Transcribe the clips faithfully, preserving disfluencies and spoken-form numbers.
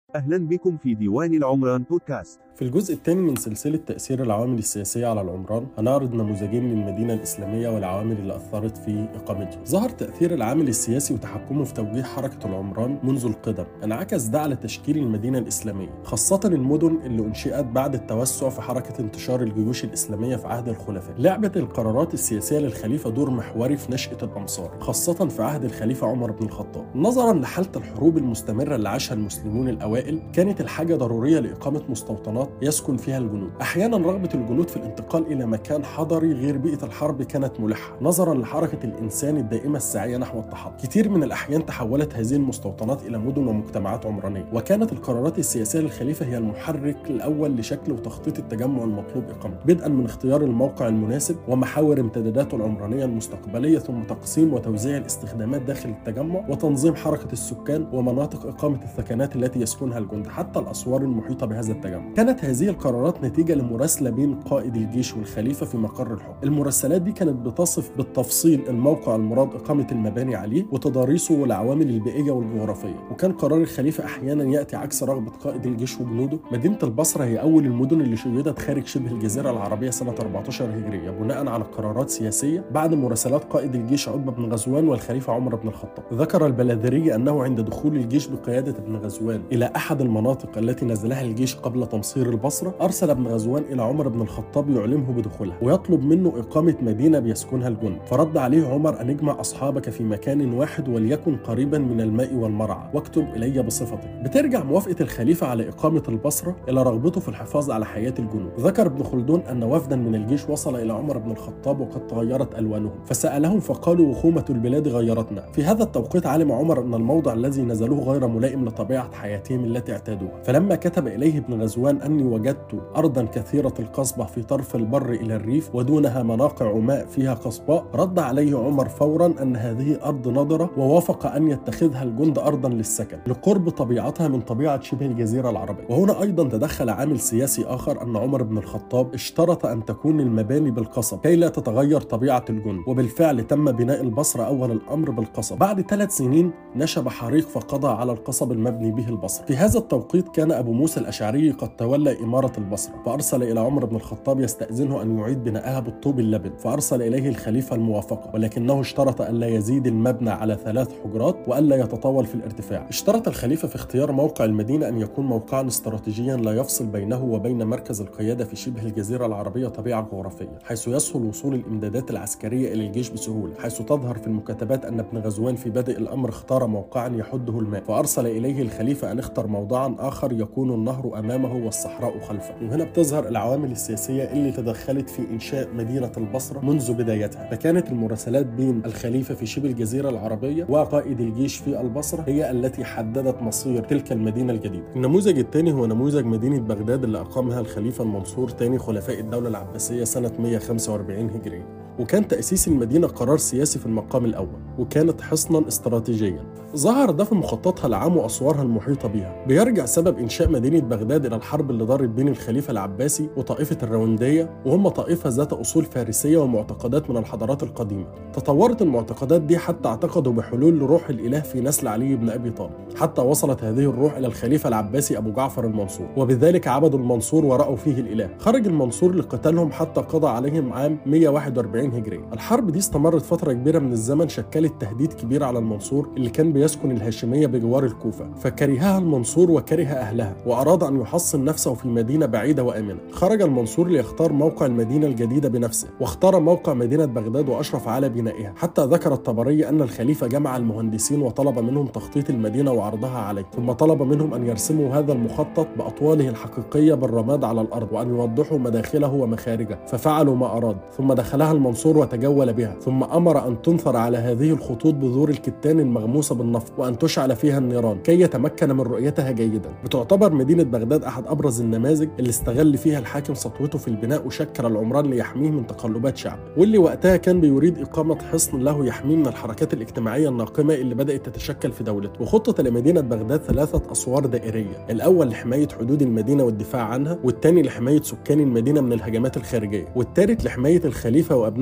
أهلا بكم في ديوان العمران بودكاست. في الجزء الثاني من سلسلة تأثير العوامل السياسية على العمران هنعرض نموذجين للمدينة الإسلامية والعوامل اللي أثرت في إقامته. ظهر تأثير العامل السياسي وتحكمه في توجيه حركة العمران منذ القدم، انعكس ده على تشكيل المدينة الإسلامية، خاصة المدن اللي أنشئت بعد التوسع في حركة انتشار الجيوش الإسلامية في عهد الخلفاء. لعبت القرارات السياسية للخليفة دور محوري في نشأة الأمصار، خاصة في عهد الخليفة عمر بن الخطاب. نظرا لحالة الحروب المستمرة اللي عاشها المسلمون الأوائل، كانت الحاجة ضرورية لإقامة مستوطنات يسكن فيها الجنود. أحيانا رغبة الجنود في الانتقال إلى مكان حضري غير بيئة الحرب كانت ملحة، نظرا لحركة الإنسان الدائمة الساعية نحو التحضر. كتير من الأحيان تحولت هذه المستوطنات إلى مدن ومجتمعات عمرانية، وكانت القرارات السياسية للخليفة هي المحرك الأول لشكل وتخطيط التجمع المطلوب إقامته، بدءا من اختيار الموقع المناسب ومحاور امتداداته العمرانية المستقبلية، ثم تقسيم وتوزيع الاستخدامات داخل التجمع، وتنظيم حركة السكان ومناطق إقامة الثكنات التي يسكنها الجند حتى الأسوار المحيطة بهذا التجمع. كانت هذه القرارات نتيجة لمراسلة بين قائد الجيش والخليفة في مقر الحكم. المراسلات دي كانت بتصف بالتفصيل الموقع المراد إقامة المباني عليه وتضاريسه والعوامل البيئية والجغرافية، وكان قرار الخليفة أحيانا يأتي عكس رغبة قائد الجيش وجنوده. مدينة البصرة هي أول المدن اللي شيدت خارج شبه الجزيرة العربية سنة أربعتاشر هجرية بناء على قرارات سياسية بعد مراسلات قائد الجيش عتبة بن غزوان والخليفة عمر بن الخطاب. ذكر البلاذري أنه عند دخول الجيش بقيادة ابن غزوان إلى أحد المناطق التي نزلها الجيش قبل تمصير البصرة، أرسل ابن غزوان إلى عمر بن الخطاب يعلمه بدخولها ويطلب منه إقامة مدينة بيسكنها الجند. فرد عليه عمر أن اجمع أصحابك في مكان واحد وليكن قريبا من الماء والمرعى واكتب إلي بصفتك. بترجع موافقة الخليفة على إقامة البصرة إلى رغبته في الحفاظ على حياة الجنود. ذكر ابن خلدون أن وفدا من الجيش وصل إلى عمر بن الخطاب وقد تغيرت ألوانهم، فسألهم فقالوا وخومة البلاد غيرتنا. في هذا التوقيت علم عمر أن الموضع الذي نزلوه غير ملائم لطبيعة حياتهم التي اعتادوها، فلما كتب إليه ابن غزوان أني وجدت أرضا كثيرة القصبة في طرف البر إلى الريف ودونها مناقع ماء فيها قصباء، رد عليه عمر فورا أن هذه أرض نضرة، ووافق أن يتخذها الجند أرضا للسكن لقرب طبيعتها من طبيعة شبه الجزيرة العربية. وهنا أيضا تدخل عامل سياسي آخر، أن عمر بن الخطاب اشترط أن تكون المباني بالقصب كي لا تتغير طبيعة الجند، وبالفعل تم بناء البصرة أول الأمر بالقصب. بعد ثلاث سنين نشب حريق فقضى على القصب المبني به البصرة. في هذا التوقيت كان أبو موسى الأشعري قد تولى إمارة البصرة، فأرسل إلى عمر بن الخطاب يستأذنه أن يعيد بناءها بالطوب اللبن، فأرسل إليه الخليفة الموافقة، ولكنه اشترط أن لا يزيد المبنى على ثلاث حجرات وألا يتطاول في الارتفاع. اشترط الخليفة في اختيار موقع المدينة أن يكون موقعا استراتيجيا لا يفصل بينه وبين مركز القيادة في شبه الجزيرة العربية طبيعة جغرافية، حيث يسهل وصول الإمدادات العسكرية إلى الجيش بسهولة، حيث تظهر في المكاتبات أن ابن غزوان في بدء الأمر اختار موقعا يحده الماء، فأرسل إليه الخليفة أن اختر موضعا آخر يكون النهر أمامه والصحراء خلفه. وهنا بتظهر العوامل السياسية اللي تدخلت في إنشاء مدينة البصرة منذ بدايتها. فكانت المراسلات بين الخليفة في شبه الجزيرة العربية وقائد الجيش في البصرة هي التي حددت مصير تلك المدينة الجديدة. النموذج الثاني هو نموذج مدينة بغداد اللي أقامها الخليفة المنصور ثاني خلفاء الدولة العباسية سنة مئة وخمسة وأربعين هجرية، وكان تأسيس المدينة قرار سياسي في المقام الأول، وكانت حصنا استراتيجيا ظهر ده في مخططها العام وأسوارها المحيطة بها. بيرجع سبب إنشاء مدينة بغداد إلى الحرب اللي دارت بين الخليفة العباسي وطائفة الروندية، وهم طائفة ذات أصول فارسية ومعتقدات من الحضارات القديمة. تطورت المعتقدات دي حتى اعتقدوا بحلول روح الإله في نسل علي بن أبي طالب، حتى وصلت هذه الروح إلى الخليفة العباسي أبو جعفر المنصور، وبذلك عبدوا المنصور ورأوا فيه الإله. خرج المنصور لقتالهم حتى قضى عليهم عام مئة وواحد وأربعين هجرية. الحرب دي استمرت فترة كبيرة من الزمن، شكلت تهديد كبير على المنصور اللي كان بيسكن الهاشمية بجوار الكوفة، فكرهها المنصور وكره أهلها وأراد أن يحصن نفسه في مدينة بعيدة وآمنة. خرج المنصور ليختار موقع المدينة الجديدة بنفسه، واختار موقع مدينة بغداد وأشرف على بنائها، حتى ذكر الطبري أن الخليفة جمع المهندسين وطلب منهم تخطيط المدينة وعرضها عليه، ثم طلب منهم أن يرسموا هذا المخطط بأطواله الحقيقية بالرماد على الأرض، وأن يوضحوا مداخله ومخارجه، ففعلوا ما أراد. ثم دخلها المنصور وتجول بها، ثم أمر أن تنثر على هذه الخطوط بذور الكتان المغموسة بالنفط، وأن تشعل فيها النيران كي يتمكن من رؤيتها جيدا. بتعتبر مدينة بغداد أحد أبرز النماذج اللي استغل فيها الحاكم سطوته في البناء وشكل العمران ليحميه من تقلبات شعب، واللي وقتها كان بيريد إقامة حصن له يحميه من الحركات الاجتماعية الناقمة اللي بدأت تتشكل في دولته. وخطط لمدينة بغداد ثلاثة أسوار دائرية، الأول لحماية حدود المدينة والدفاع عنها، والثاني لحماية سكان المدينة من الهجمات الخارجية، والثالث لحماية الخليفة وأبناء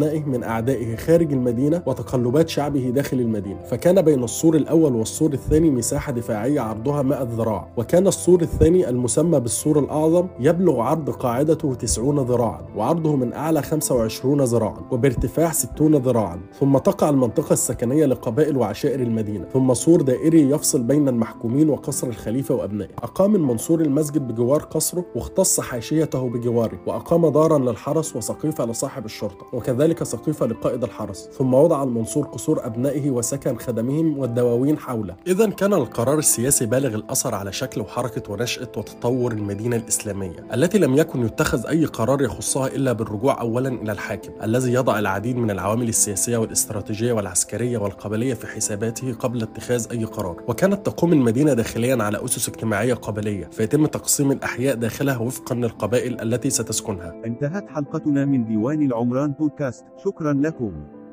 أبنائه من أعدائه خارج المدينة وتقلبات شعبه داخل المدينة. فكان بين السور الأول والسور الثاني مساحة دفاعية عرضها مئة ذراع، وكان السور الثاني المسمى بالسور الأعظم يبلغ عرض قاعدته تسعين ذراعا، وعرضه من أعلى خمسة وعشرين ذراعا، وبارتفاع ستين ذراعا. ثم تقع المنطقة السكنية لقبائل وعشائر المدينة، ثم سور دائري يفصل بين المحكومين وقصر الخليفة وأبنائه. أقام المنصور المسجد بجوار قصره، واختص حاشيته بجواره، وأقام دارا للحرس وسقيفة لصاحب الشرطة، وكذلك سقيفة لقائد الحرس. ثم وضع المنصور قصور أبنائه وسكن خدمهم والدواوين حوله. إذا كان القرار السياسي بالغ الأثر على شكل وحركة ونشأة وتطور المدينة الإسلامية، التي لم يكن يتخذ أي قرار يخصها إلا بالرجوع أولا إلى الحاكم الذي يضع العديد من العوامل السياسية والاستراتيجية والعسكرية والقبلية في حساباته قبل اتخاذ أي قرار. وكانت تقوم المدينة داخليا على أسس اجتماعية قبلية، فيتم تقسيم الأحياء داخلها وفقا للقبائل التي ستسكنها. انتهت حلقتنا من ديوان العمران بودكاست، شكرا لكم.